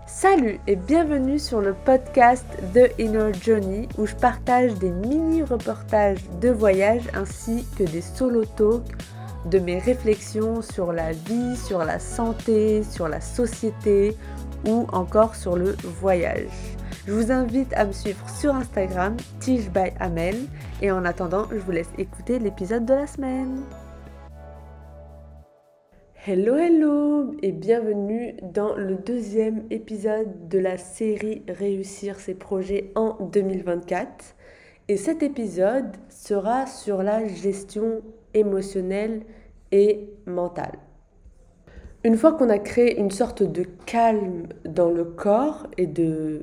Salut et bienvenue sur le podcast The Inner Journey où je partage des mini-reportages de voyage ainsi que des solo talks de mes réflexions sur la vie, sur la santé, sur la société ou encore sur le voyage. Je vous invite à me suivre sur Instagram, Tige by Amel, et en attendant, je vous laisse écouter l'épisode de la semaine. Hello et bienvenue dans le deuxième épisode de la série Réussir ses projets en 2024. Et cet épisode sera sur la gestion émotionnelle et mentale. Une fois qu'on a créé une sorte de calme dans le corps et de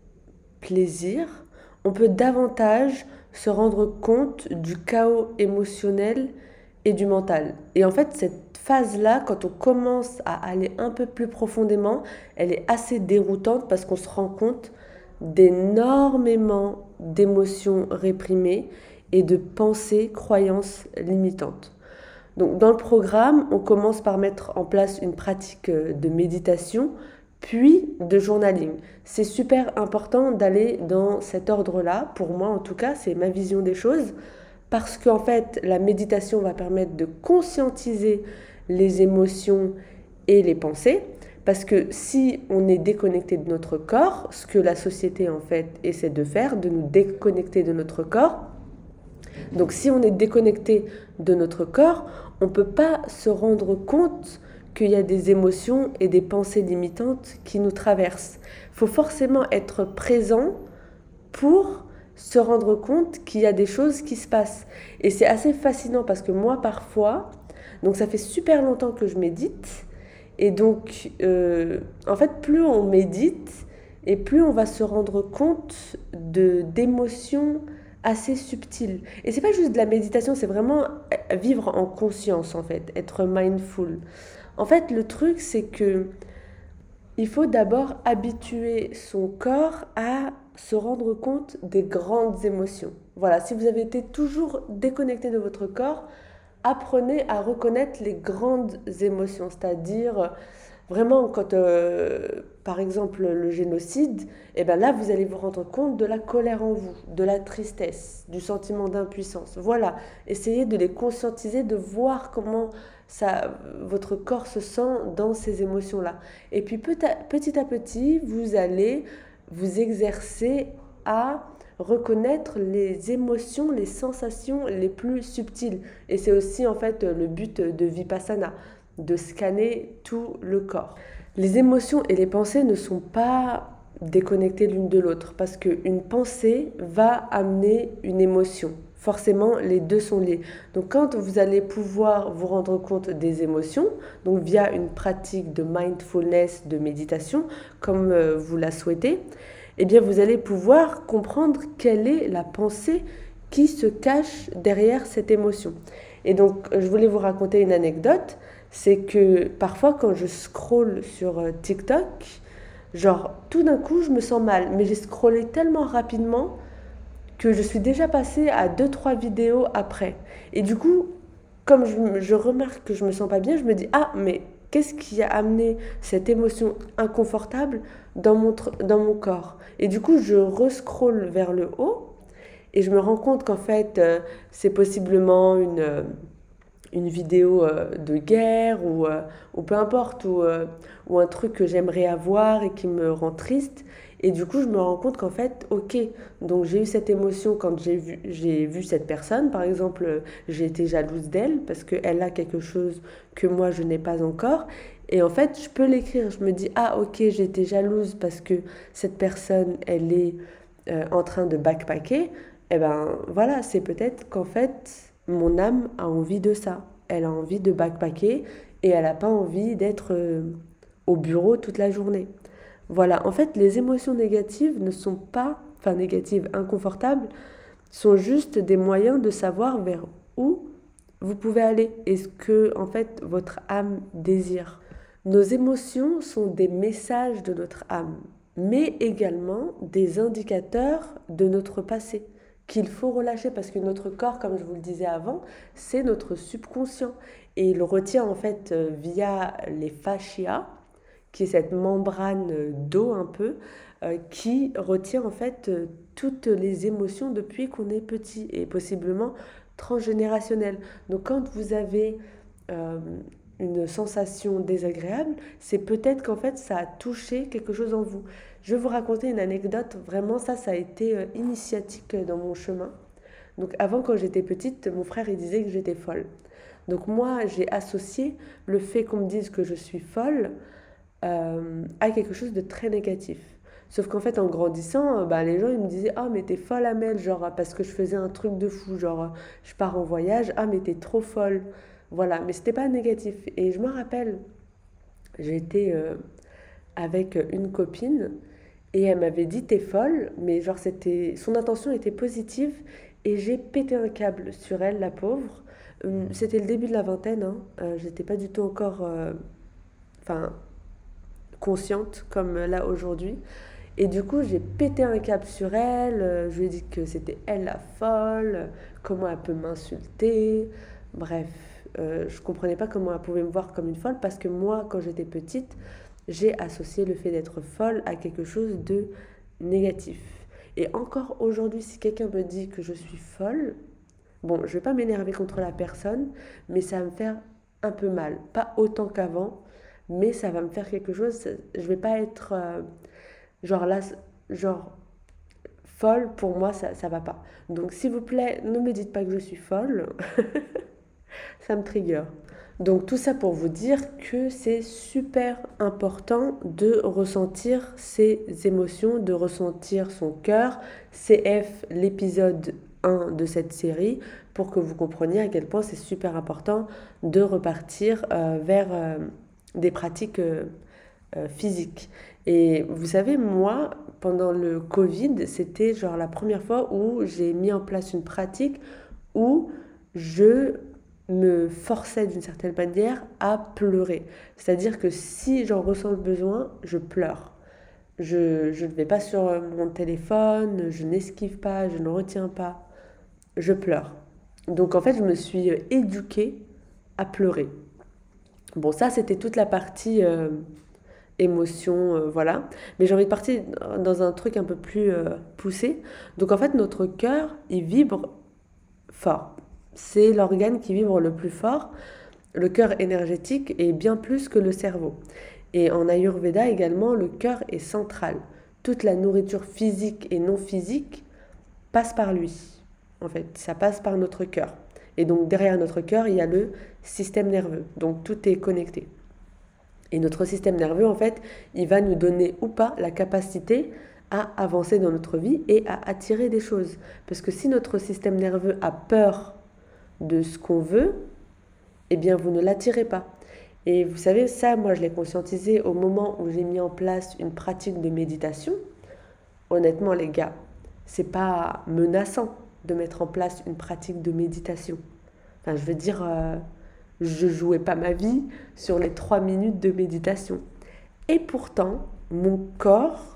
plaisir, on peut davantage se rendre compte du chaos émotionnel et du mental. Et en fait, cette phase-là, quand on commence à aller un peu plus profondément, elle est assez déroutante parce qu'on se rend compte d'énormément d'émotions réprimées et de pensées, croyances limitantes. Donc dans le programme, on commence par mettre en place une pratique de méditation, puis de journaling. C'est super important d'aller dans cet ordre-là. Pour moi, en tout cas, c'est ma vision des choses. Parce qu'en fait, la méditation va permettre de conscientiser les émotions et les pensées. Parce que si on est déconnecté de notre corps, ce que la société en fait essaie de faire, de nous déconnecter de notre corps, donc si on est déconnecté de notre corps, on ne peut pas se rendre compte qu'il y a des émotions et des pensées limitantes qui nous traversent. Il faut forcément être présent pour se rendre compte qu'il y a des choses qui se passent. Et c'est assez fascinant parce que moi, parfois, donc ça fait super longtemps que je médite, et donc, en fait, plus on médite, et plus on va se rendre compte d'émotions assez subtiles. Et c'est pas juste de la méditation, c'est vraiment vivre en conscience, en fait, être mindful. En fait, le truc, c'est que il faut d'abord habituer son corps à se rendre compte des grandes émotions. Voilà, si vous avez été toujours déconnecté de votre corps, apprenez à reconnaître les grandes émotions, c'est-à-dire vraiment quand, par exemple, le génocide, et ben là, vous allez vous rendre compte de la colère en vous, de la tristesse, du sentiment d'impuissance. Voilà, essayez de les conscientiser, de voir comment votre corps se sent dans ces émotions-là. Et puis petit à petit, vous allez vous exercer à reconnaître les émotions, les sensations les plus subtiles. Et c'est aussi en fait le but de Vipassana, de scanner tout le corps. Les émotions et les pensées ne sont pas déconnectées l'une de l'autre parce qu'une pensée va amener une émotion. Forcément, les deux sont liés. Donc quand vous allez pouvoir vous rendre compte des émotions, donc via une pratique de mindfulness, de méditation, comme vous la souhaitez, eh bien vous allez pouvoir comprendre quelle est la pensée qui se cache derrière cette émotion. Et donc, je voulais vous raconter une anecdote, c'est que parfois quand je scrolle sur TikTok, genre tout d'un coup je me sens mal, mais j'ai scrollé tellement rapidement que je suis déjà passée à 2-3 vidéos après. Et du coup, comme je remarque que je me sens pas bien, je me dis, ah mais qu'est-ce qui a amené cette émotion inconfortable dans mon corps? Et du coup, je rescrolle vers le haut et je me rends compte qu'en fait, c'est possiblement une vidéo de guerre ou peu importe, ou un truc que j'aimerais avoir et qui me rend triste. Et du coup, je me rends compte qu'en fait, ok, donc j'ai eu cette émotion quand j'ai vu cette personne. Par exemple, j'ai été jalouse d'elle parce qu'elle a quelque chose que moi, je n'ai pas encore. Et en fait, je peux l'écrire. Je me dis, ah ok, j'ai été jalouse parce que cette personne, elle est en train de backpacker. Eh ben voilà, c'est peut-être qu'en fait, mon âme a envie de ça. Elle a envie de backpacker et elle n'a pas envie d'être au bureau toute la journée. Voilà, en fait, les émotions négatives ne sont pas, enfin négatives, inconfortables, sont juste des moyens de savoir vers où vous pouvez aller et ce que, en fait, votre âme désire. Nos émotions sont des messages de notre âme, mais également des indicateurs de notre passé qu'il faut relâcher parce que notre corps, comme je vous le disais avant, c'est notre subconscient et il retient en fait via les fascias qui est cette membrane d'eau un peu, qui retient en fait toutes les émotions depuis qu'on est petit et possiblement transgénérationnel. Donc quand vous avez euh, une sensation désagréable, c'est peut-être qu'en fait ça a touché quelque chose en vous. Je vais vous raconter une anecdote, vraiment ça a été initiatique dans mon chemin. Donc avant, quand j'étais petite, mon frère il disait que j'étais folle. Donc moi j'ai associé le fait qu'on me dise que je suis folle à quelque chose de très négatif. Sauf qu'en fait, en grandissant, bah, les gens ils me disaient ah mais t'es folle Amel, genre parce que je faisais un truc de fou, genre je pars en voyage, ah mais t'es trop folle. Voilà, mais c'était pas négatif. Et je me rappelle, j'étais avec une copine et elle m'avait dit t'es folle, mais genre c'était son intention était positive et j'ai pété un câble sur elle, la pauvre. C'était le début de la vingtaine, hein. J'étais pas du tout encore, enfin, consciente comme là aujourd'hui. Et du coup, j'ai pété un câble sur elle. Je lui ai dit que c'était elle la folle, comment elle peut m'insulter. Bref, je comprenais pas comment elle pouvait me voir comme une folle parce que moi, quand j'étais petite, j'ai associé le fait d'être folle à quelque chose de négatif. Et encore aujourd'hui, si quelqu'un me dit que je suis folle, bon, je vais pas m'énerver contre la personne, mais ça va me faire un peu mal. Pas autant qu'avant, mais ça va me faire quelque chose. Je vais pas être genre là, genre folle, pour moi, ça va pas. Donc, s'il vous plaît, ne me dites pas que je suis folle, ça me trigger. Donc, tout ça pour vous dire que c'est super important de ressentir ses émotions, de ressentir son cœur. CF, l'épisode 1 de cette série, pour que vous compreniez à quel point c'est super important de repartir vers des pratiques physiques. Et vous savez, moi, pendant le Covid, c'était genre la première fois où j'ai mis en place une pratique où je me forçais d'une certaine manière à pleurer. C'est-à-dire que si j'en ressens le besoin, je pleure. Je ne vais pas sur mon téléphone, je n'esquive pas, je ne retiens pas, je pleure. Donc en fait, je me suis éduquée à pleurer. Bon, ça, c'était toute la partie émotion, voilà. Mais j'ai envie de partir dans un truc un peu plus poussé. Donc en fait, notre cœur, il vibre fort. C'est l'organe qui vibre le plus fort. Le cœur énergétique est bien plus que le cerveau. Et en Ayurveda également, le cœur est central. Toute la nourriture physique et non physique passe par lui. En fait, ça passe par notre cœur. Et donc derrière notre cœur, il y a le système nerveux. Donc tout est connecté. Et notre système nerveux, en fait, il va nous donner ou pas la capacité à avancer dans notre vie et à attirer des choses. Parce que si notre système nerveux a peur de ce qu'on veut, eh bien, vous ne l'attirez pas. Et vous savez, ça, moi, je l'ai conscientisé au moment où j'ai mis en place une pratique de méditation. Honnêtement, les gars, c'est pas menaçant de mettre en place une pratique de méditation. Enfin, je veux dire, je jouais pas ma vie sur les 3 minutes de méditation. Et pourtant, mon corps,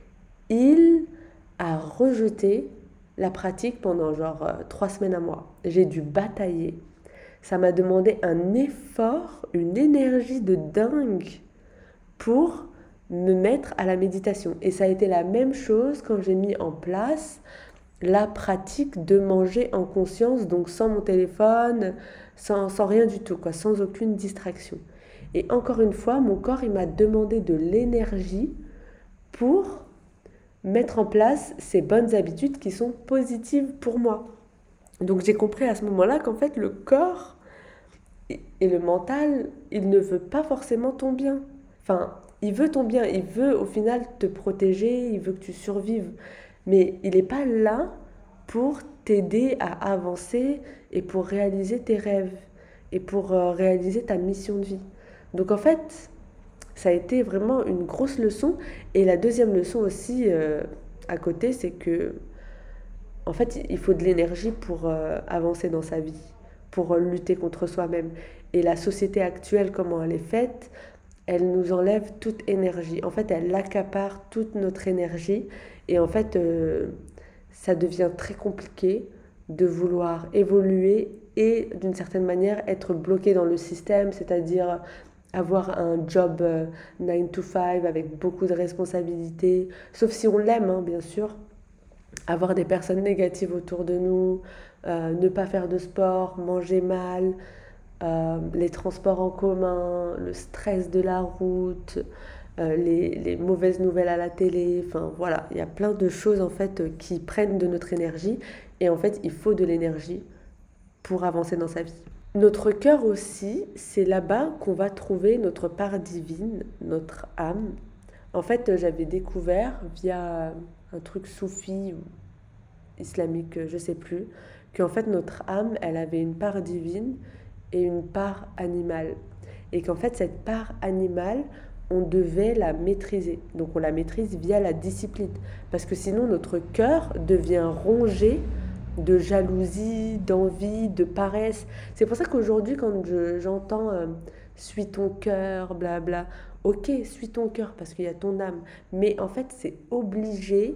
il a rejeté la pratique pendant genre 3 semaines à moi. J'ai dû batailler. Ça m'a demandé un effort, une énergie de dingue pour me mettre à la méditation. Et ça a été la même chose quand j'ai mis en place la pratique de manger en conscience, donc sans mon téléphone, sans rien du tout, quoi, sans aucune distraction. Et encore une fois, mon corps, il m'a demandé de l'énergie pour mettre en place ces bonnes habitudes qui sont positives pour moi. Donc j'ai compris à ce moment-là qu'en fait, le corps et le mental, il ne veut pas forcément ton bien. Enfin, il veut ton bien, il veut au final te protéger, il veut que tu survives. Mais il n'est pas là pour t'aider à avancer et pour réaliser tes rêves et pour réaliser ta mission de vie. Donc en fait, ça a été vraiment une grosse leçon. Et la deuxième leçon aussi à côté, c'est que en fait, il faut de l'énergie pour avancer dans sa vie, pour lutter contre soi-même. Et la société actuelle, comment elle est faite, elle nous enlève toute énergie. En fait, elle accapare toute notre énergie. Et en fait, ça devient très compliqué de vouloir évoluer et d'une certaine manière être bloqué dans le système, c'est-à-dire avoir un job 9 to 5 avec beaucoup de responsabilités, sauf si on l'aime, hein, bien sûr, avoir des personnes négatives autour de nous, ne pas faire de sport, manger mal, les transports en commun, le stress de la route, les mauvaises nouvelles à la télé, enfin voilà, il y a plein de choses en fait qui prennent de notre énergie et en fait il faut de l'énergie pour avancer dans sa vie. Notre cœur aussi, c'est là-bas qu'on va trouver notre part divine, notre âme. En fait, j'avais découvert via un truc soufi ou islamique, je sais plus, qu'en fait notre âme, elle avait une part divine et une part animale. Et qu'en fait cette part animale, on devait la maîtriser. Donc on la maîtrise via la discipline. Parce que sinon notre cœur devient rongé de jalousie, d'envie, de paresse. C'est pour ça qu'aujourd'hui quand j'entends suis ton cœur, blabla, ok, suis ton cœur parce qu'il y a ton âme. Mais en fait c'est obligé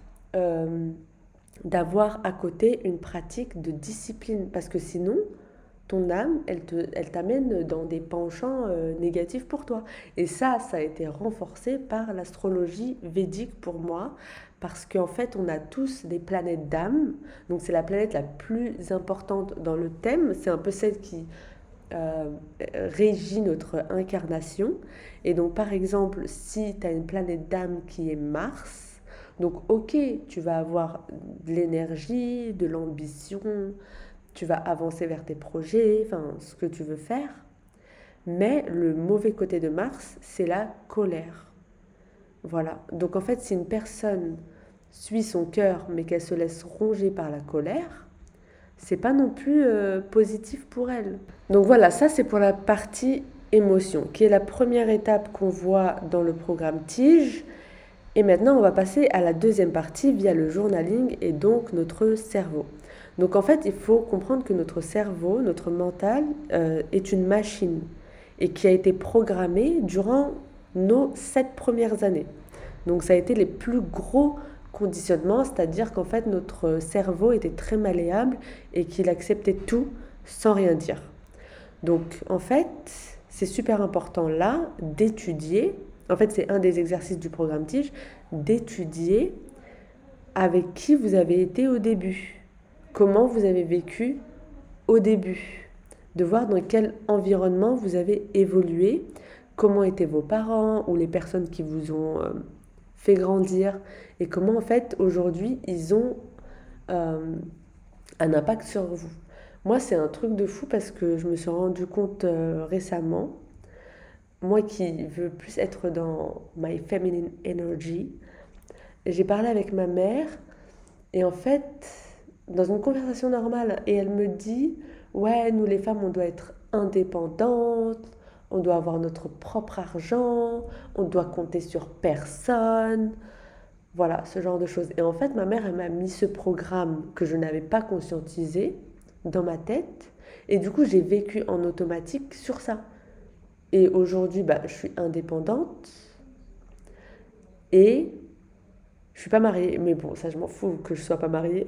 euh, d'avoir à côté une pratique de discipline. Parce que sinon, ton âme, elle t'amène dans des penchants négatifs pour toi. Et ça a été renforcé par l'astrologie védique pour moi, parce qu'en fait, on a tous des planètes d'âme. Donc c'est la planète la plus importante dans le thème. C'est un peu celle qui euh, régit notre incarnation. Et donc par exemple, si tu as une planète d'âme qui est Mars, donc ok, tu vas avoir de l'énergie, de l'ambition, tu vas avancer vers tes projets, enfin ce que tu veux faire. Mais le mauvais côté de Mars, c'est la colère. Voilà. Donc en fait, si une personne suit son cœur, mais qu'elle se laisse ronger par la colère, c'est pas non plus positif pour elle. Donc voilà, ça c'est pour la partie émotion, qui est la première étape qu'on voit dans le programme Tige. Et maintenant, on va passer à la deuxième partie via le journaling et donc notre cerveau. Donc en fait, il faut comprendre que notre cerveau, notre mental, est une machine et qui a été programmée durant nos 7 premières années. Donc ça a été les plus gros conditionnements, c'est-à-dire qu'en fait notre cerveau était très malléable et qu'il acceptait tout sans rien dire. Donc en fait, c'est super important là d'étudier, en fait c'est un des exercices du programme Tige, d'étudier avec qui vous avez été au début, comment vous avez vécu au début, de voir dans quel environnement vous avez évolué, comment étaient vos parents ou les personnes qui vous ont fait grandir et comment en fait aujourd'hui ils ont euh, un impact sur vous. Moi c'est un truc de fou parce que je me suis rendu compte récemment, moi qui veux plus être dans my feminine energy, j'ai parlé avec ma mère et en fait, dans une conversation normale, et elle me dit, ouais, nous les femmes, on doit être indépendantes, on doit avoir notre propre argent, on doit compter sur personne, voilà, ce genre de choses. Et en fait, ma mère, elle m'a mis ce programme que je n'avais pas conscientisé dans ma tête, et du coup, j'ai vécu en automatique sur ça. Et aujourd'hui, bah, je suis indépendante, et je suis pas mariée, mais bon, ça je m'en fous que je sois pas mariée.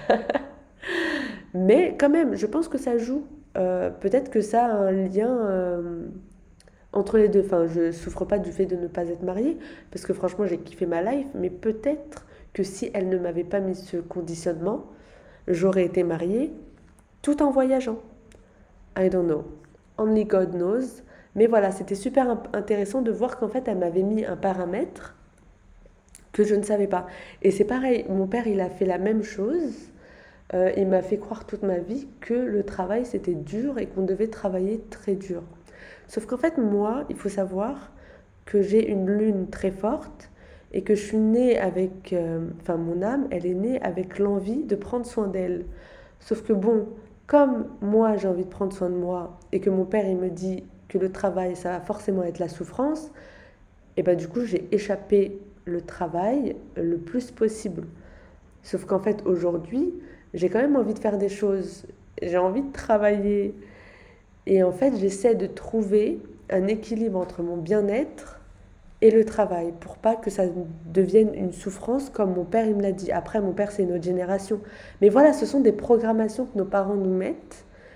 Mais quand même, je pense que ça joue. Peut-être que ça a un lien entre les deux. Enfin, je souffre pas du fait de ne pas être mariée, parce que franchement, j'ai kiffé ma life. Mais peut-être que si elle ne m'avait pas mis ce conditionnement, j'aurais été mariée tout en voyageant. I don't know. Only God knows. Mais voilà, c'était super intéressant de voir qu'en fait, elle m'avait mis un paramètre que je ne savais pas. Et c'est pareil, mon père, il a fait la même chose. Il m'a fait croire toute ma vie que le travail, c'était dur et qu'on devait travailler très dur. Sauf qu'en fait, moi, il faut savoir que j'ai une lune très forte et que je suis née avec... Enfin, mon âme, elle est née avec l'envie de prendre soin d'elle. Sauf que bon, comme moi, j'ai envie de prendre soin de moi et que mon père, il me dit que le travail, ça va forcément être la souffrance, et ben du coup, j'ai échappé le travail le plus possible. Sauf qu'en fait, aujourd'hui, j'ai quand même envie de faire des choses. J'ai envie de travailler. Et en fait, j'essaie de trouver un équilibre entre mon bien-être et le travail pour pas que ça devienne une souffrance comme mon père il me l'a dit. Après, mon père, c'est une autre génération. Mais voilà, ce sont des programmations que nos parents nous mettent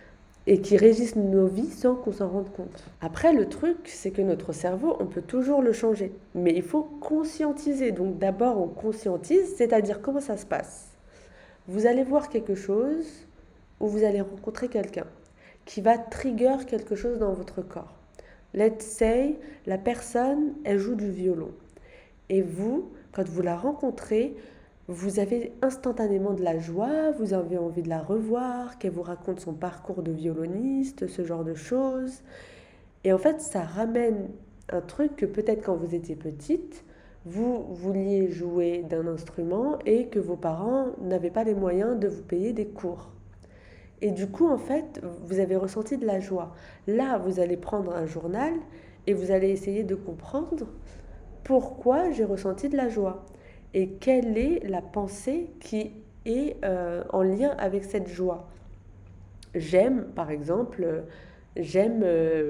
et qui régissent nos vies sans qu'on s'en rende compte. Après, le truc, c'est que notre cerveau, on peut toujours le changer, mais il faut conscientiser. Donc d'abord, on conscientise, c'est-à-dire comment ça se passe. Vous allez voir quelque chose ou vous allez rencontrer quelqu'un qui va trigger quelque chose dans votre corps. Let's say, la personne, elle joue du violon. Et vous, quand vous la rencontrez, vous avez instantanément de la joie, vous avez envie de la revoir, qu'elle vous raconte son parcours de violoniste, ce genre de choses. Et en fait, ça ramène un truc que peut-être quand vous étiez petite, vous vouliez jouer d'un instrument et que vos parents n'avaient pas les moyens de vous payer des cours. Et du coup, en fait, vous avez ressenti de la joie. Là, vous allez prendre un journal et vous allez essayer de comprendre pourquoi j'ai ressenti de la joie et quelle est la pensée qui est en lien avec cette joie. J'aime, par exemple, j'aime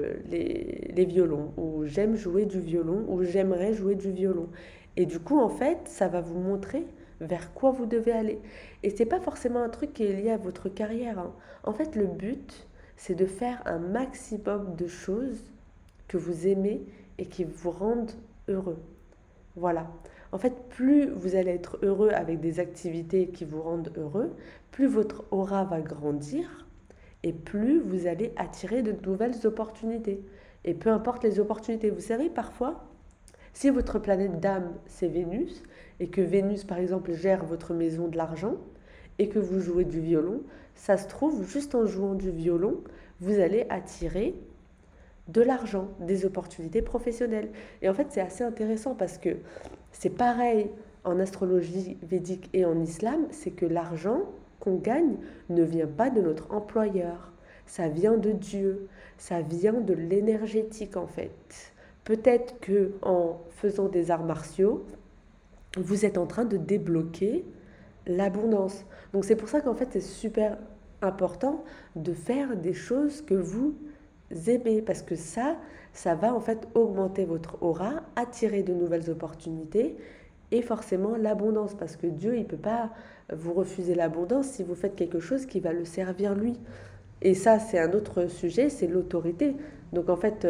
les violons, ou j'aime jouer du violon, ou j'aimerais jouer du violon. Et du coup, en fait, ça va vous montrer vers quoi vous devez aller. Et c'est pas forcément un truc qui est lié à votre carrière, hein. En fait, le but, c'est de faire un maximum de choses que vous aimez et qui vous rendent heureux. Voilà. En fait, plus vous allez être heureux avec des activités qui vous rendent heureux, plus votre aura va grandir et plus vous allez attirer de nouvelles opportunités. Et peu importe les opportunités, vous savez, parfois, si votre planète d'âme, c'est Vénus, et que Vénus, par exemple, gère votre maison de l'argent, et que vous jouez du violon, ça se trouve, juste en jouant du violon, vous allez attirer de l'argent, des opportunités professionnelles. Et en fait, c'est assez intéressant parce que c'est pareil en astrologie védique et en islam, c'est que l'argent qu'on gagne ne vient pas de notre employeur, ça vient de Dieu, ça vient de l'énergétique en fait. Peut-être que en faisant des arts martiaux, vous êtes en train de débloquer l'abondance. Donc c'est pour ça qu'en fait c'est super important de faire des choses que vous aimez parce que ça va en fait augmenter votre aura, attirer de nouvelles opportunités et forcément l'abondance parce que Dieu il peut pas vous refuser l'abondance si vous faites quelque chose qui va le servir lui. Et ça c'est un autre sujet, c'est l'autorité. Donc en fait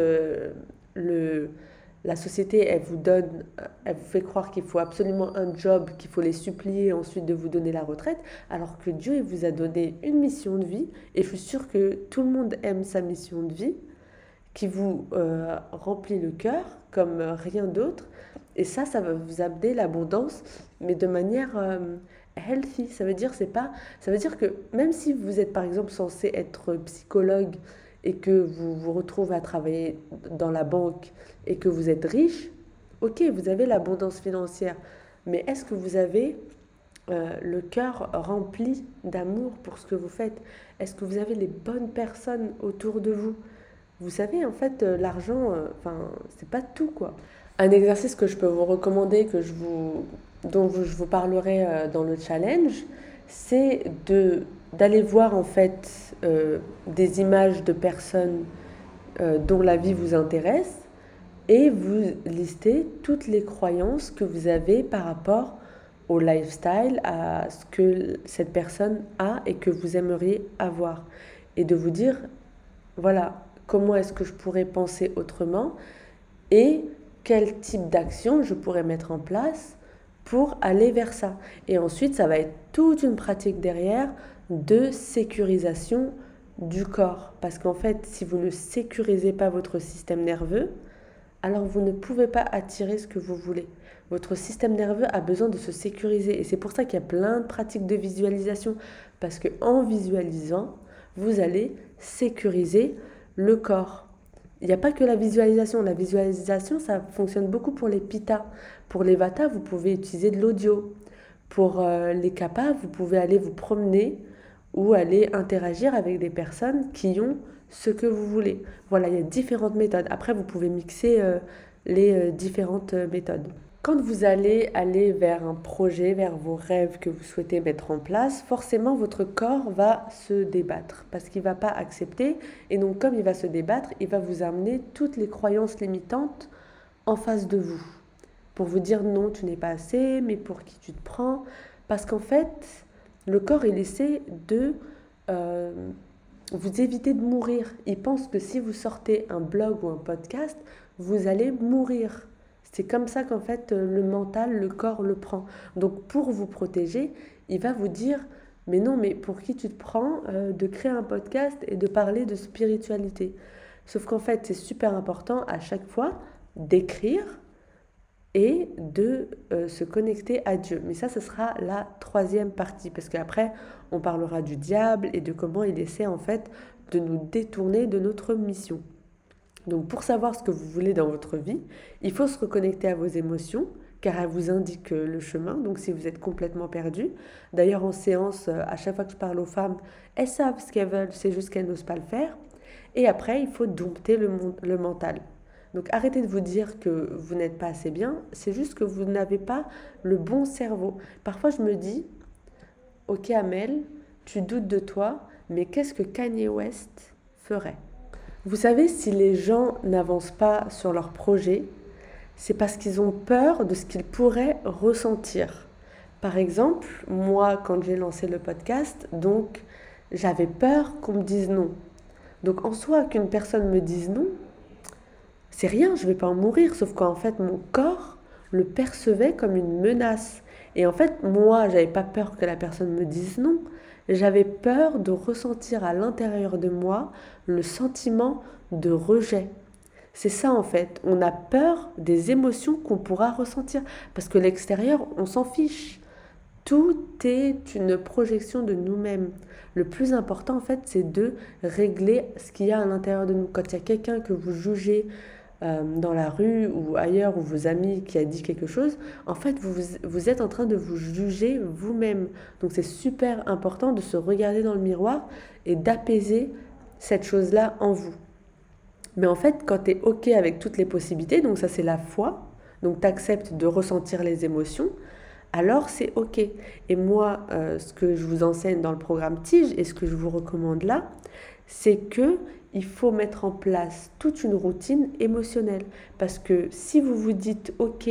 le la société, elle vous fait croire qu'il faut absolument un job, qu'il faut les supplier ensuite de vous donner la retraite, alors que Dieu il vous a donné une mission de vie, et je suis sûre que tout le monde aime sa mission de vie, qui vous remplit le cœur comme rien d'autre, et ça va vous amener l'abondance, mais de manière healthy. Ça veut dire que même si vous êtes par exemple censé être psychologue et que vous vous retrouvez à travailler dans la banque et que vous êtes riche, ok, vous avez l'abondance financière, mais est-ce que vous avez le cœur rempli d'amour pour ce que vous faites? Est-ce que vous avez les bonnes personnes autour de vous? Vous savez, en fait, l'argent, enfin, c'est pas tout, quoi. Un exercice que je peux vous recommander, dont je vous parlerai dans le challenge, c'est d'aller voir en fait des images de personnes dont la vie vous intéresse et vous listez toutes les croyances que vous avez par rapport au lifestyle, à ce que cette personne a et que vous aimeriez avoir. Et de vous dire, voilà, comment est-ce que je pourrais penser autrement et quel type d'action je pourrais mettre en place pour aller vers ça. Et ensuite, ça va être toute une pratique derrière de sécurisation du corps. Parce qu'en fait, si vous ne sécurisez pas votre système nerveux, alors vous ne pouvez pas attirer ce que vous voulez. Votre système nerveux a besoin de se sécuriser. Et c'est pour ça qu'il y a plein de pratiques de visualisation. Parce qu'en visualisant, vous allez sécuriser le corps. Il n'y a pas que la visualisation. La visualisation, ça fonctionne beaucoup pour les pittas. Pour les vatas, vous pouvez utiliser de l'audio. Pour les kappas, vous pouvez aller vous promener ou aller interagir avec des personnes qui ont ce que vous voulez. Voilà, il y a différentes méthodes. Après, vous pouvez mixer les différentes méthodes. Quand vous allez aller vers un projet, vers vos rêves que vous souhaitez mettre en place, forcément votre corps va se débattre parce qu'il ne va pas accepter. Et donc comme il va se débattre, il va vous amener toutes les croyances limitantes en face de vous. Pour vous dire non, tu n'es pas assez, mais pour qui tu te prends? Parce qu'en fait, le corps, il essaie de vous évitez de mourir. Ils pensent que si vous sortez un blog ou un podcast, vous allez mourir. C'est comme ça qu'en fait le mental, le corps le prend. Donc pour vous protéger, il va vous dire, mais non, mais pour qui tu te prends de créer un podcast et de parler de spiritualité? Sauf qu'en fait, c'est super important à chaque fois d'écrire et de se connecter à Dieu. Mais ça, ce sera la troisième partie, parce qu'après, on parlera du diable et de comment il essaie en fait de nous détourner de notre mission. Donc pour savoir ce que vous voulez dans votre vie, il faut se reconnecter à vos émotions, car elles vous indiquent le chemin, donc si vous êtes complètement perdu. D'ailleurs en séance, à chaque fois que je parle aux femmes, elles savent ce qu'elles veulent, c'est juste qu'elles n'osent pas le faire. Et après, il faut dompter le mental. Donc arrêtez de vous dire que vous n'êtes pas assez bien, c'est juste que vous n'avez pas le bon cerveau. Parfois je me dis, ok Amel, tu doutes de toi, mais qu'est-ce que Kanye West ferait? Vous savez, si les gens n'avancent pas sur leur projet, c'est parce qu'ils ont peur de ce qu'ils pourraient ressentir. Par exemple, moi, quand j'ai lancé le podcast, donc j'avais peur qu'on me dise non. Donc en soi, qu'une personne me dise non, c'est rien, je ne vais pas en mourir, sauf qu'en fait, mon corps le percevait comme une menace. Et en fait, moi, j'avais pas peur que la personne me dise non. J'avais peur de ressentir à l'intérieur de moi le sentiment de rejet. C'est ça en fait, on a peur des émotions qu'on pourra ressentir. Parce que l'extérieur, on s'en fiche. Tout est une projection de nous-mêmes. Le plus important en fait, c'est de régler ce qu'il y a à l'intérieur de nous. Quand il y a quelqu'un que vous jugez dans la rue ou ailleurs, ou vos amis qui a dit quelque chose, en fait, vous êtes en train de vous juger vous-même. Donc c'est super important de se regarder dans le miroir et d'apaiser cette chose-là en vous. Mais en fait, quand tu es OK avec toutes les possibilités, donc ça c'est la foi, donc tu acceptes de ressentir les émotions, alors c'est OK. Et moi, ce que je vous enseigne dans le programme Tige et ce que je vous recommande là, c'est que il faut mettre en place toute une routine émotionnelle. Parce que si vous vous dites OK,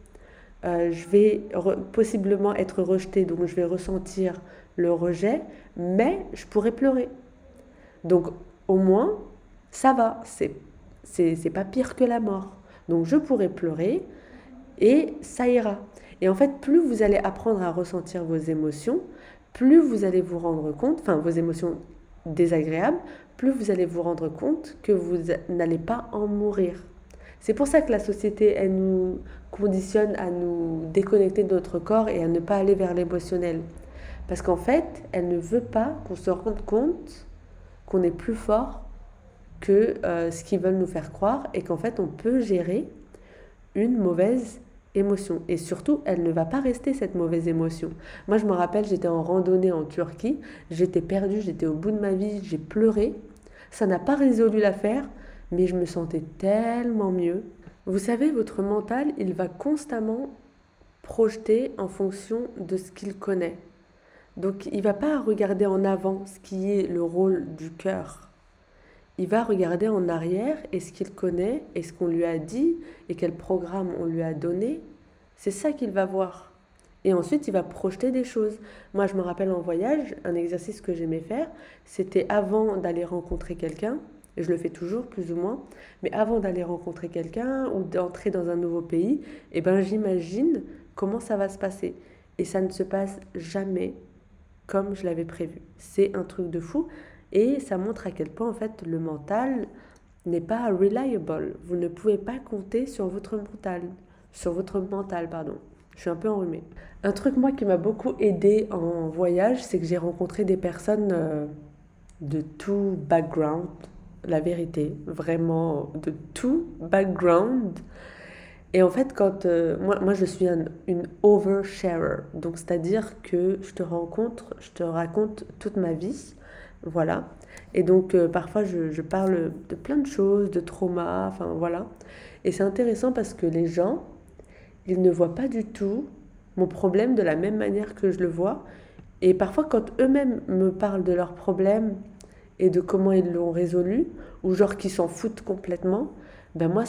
je vais possiblement être rejeté, donc je vais ressentir le rejet, mais je pourrais pleurer. Donc au moins, ça va, c'est pas pire que la mort. Donc je pourrais pleurer et ça ira. Et en fait, plus vous allez apprendre à ressentir vos émotions, plus vous allez vous rendre compte, enfin vos émotions désagréables, plus vous allez vous rendre compte que vous n'allez pas en mourir. C'est pour ça que la société, elle nous conditionne à nous déconnecter de notre corps et à ne pas aller vers l'émotionnel. Parce qu'en fait, elle ne veut pas qu'on se rende compte qu'on est plus fort que ce qu'ils veulent nous faire croire et qu'en fait, on peut gérer une mauvaise émotion. Et surtout, elle ne va pas rester cette mauvaise émotion. Moi, je me rappelle, j'étais en randonnée en Turquie, j'étais perdue, j'étais au bout de ma vie, j'ai pleuré. Ça n'a pas résolu l'affaire, mais je me sentais tellement mieux. Vous savez, votre mental, il va constamment projeter en fonction de ce qu'il connaît. Donc, il ne va pas regarder en avant ce qui est le rôle du cœur. Il va regarder en arrière et ce qu'il connaît et ce qu'on lui a dit et quel programme on lui a donné. C'est ça qu'il va voir. Et ensuite, il va projeter des choses. Moi, je me rappelle en voyage, un exercice que j'aimais faire, c'était avant d'aller rencontrer quelqu'un, et je le fais toujours plus ou moins, mais avant d'aller rencontrer quelqu'un ou d'entrer dans un nouveau pays, eh ben, j'imagine comment ça va se passer. Et ça ne se passe jamais comme je l'avais prévu. C'est un truc de fou. Et ça montre à quel point en fait le mental n'est pas reliable. Vous ne pouvez pas compter sur votre mental, pardon. Je suis un peu enrhumée. Un truc moi qui m'a beaucoup aidé en voyage, c'est que j'ai rencontré des personnes de tout background, la vérité, vraiment de tout background. Et en fait, quand moi je suis une oversharer, donc c'est-à-dire que je te raconte toute ma vie. Voilà. Et donc, parfois, je parle de plein de choses, de trauma, enfin voilà. Et c'est intéressant parce que les gens, ils ne voient pas du tout mon problème de la même manière que je le vois. Et parfois, quand eux-mêmes me parlent de leurs problèmes et de comment ils l'ont résolu, ou genre qu'ils s'en foutent complètement, ben moi,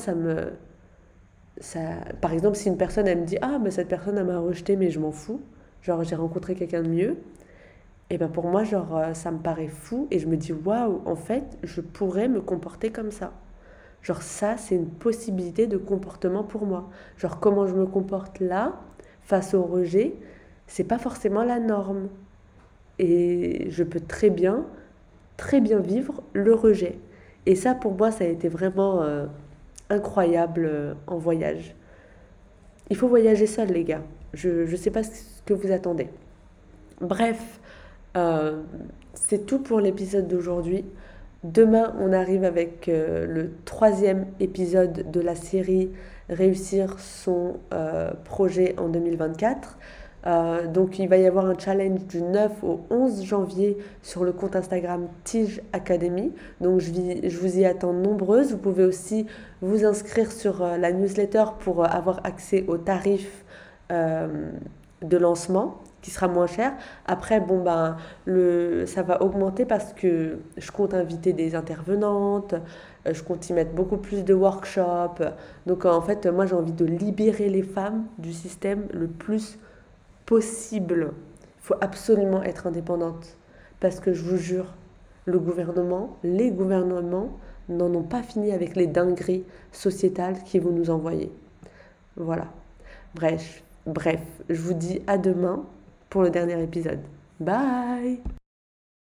ça... Par exemple, si une personne, elle me dit « Ah, ben cette personne, elle m'a rejeté, mais je m'en fous. » Genre, j'ai rencontré quelqu'un de mieux. Et ben pour moi, genre, ça me paraît fou et je me dis, waouh, en fait, je pourrais me comporter comme ça. Genre, ça, c'est une possibilité de comportement pour moi. Genre, comment je me comporte là, face au rejet, c'est pas forcément la norme. Et je peux très bien vivre le rejet. Et ça, pour moi, ça a été vraiment incroyable en voyage. Il faut voyager seul, les gars. Je ne sais pas ce que vous attendez. Bref, euh, c'est tout pour l'épisode d'aujourd'hui. Demain, on arrive avec le troisième épisode de la série Réussir son projet en 2024. Donc il va y avoir un challenge du 9 au 11 janvier sur le compte Instagram Tige Academy. Donc je vous y attends nombreuses. Vous pouvez aussi vous inscrire sur la newsletter pour avoir accès aux tarifs euh, de lancement qui sera moins cher. Après, bon, ben, ça va augmenter parce que je compte inviter des intervenantes, je compte y mettre beaucoup plus de workshops. Donc en fait, moi j'ai envie de libérer les femmes du système le plus possible. Il faut absolument être indépendante. Parce que je vous jure, les gouvernements n'en ont pas fini avec les dingueries sociétales qu'ils vont nous envoyer. Voilà. Bref, je vous dis à demain pour le dernier épisode. Bye!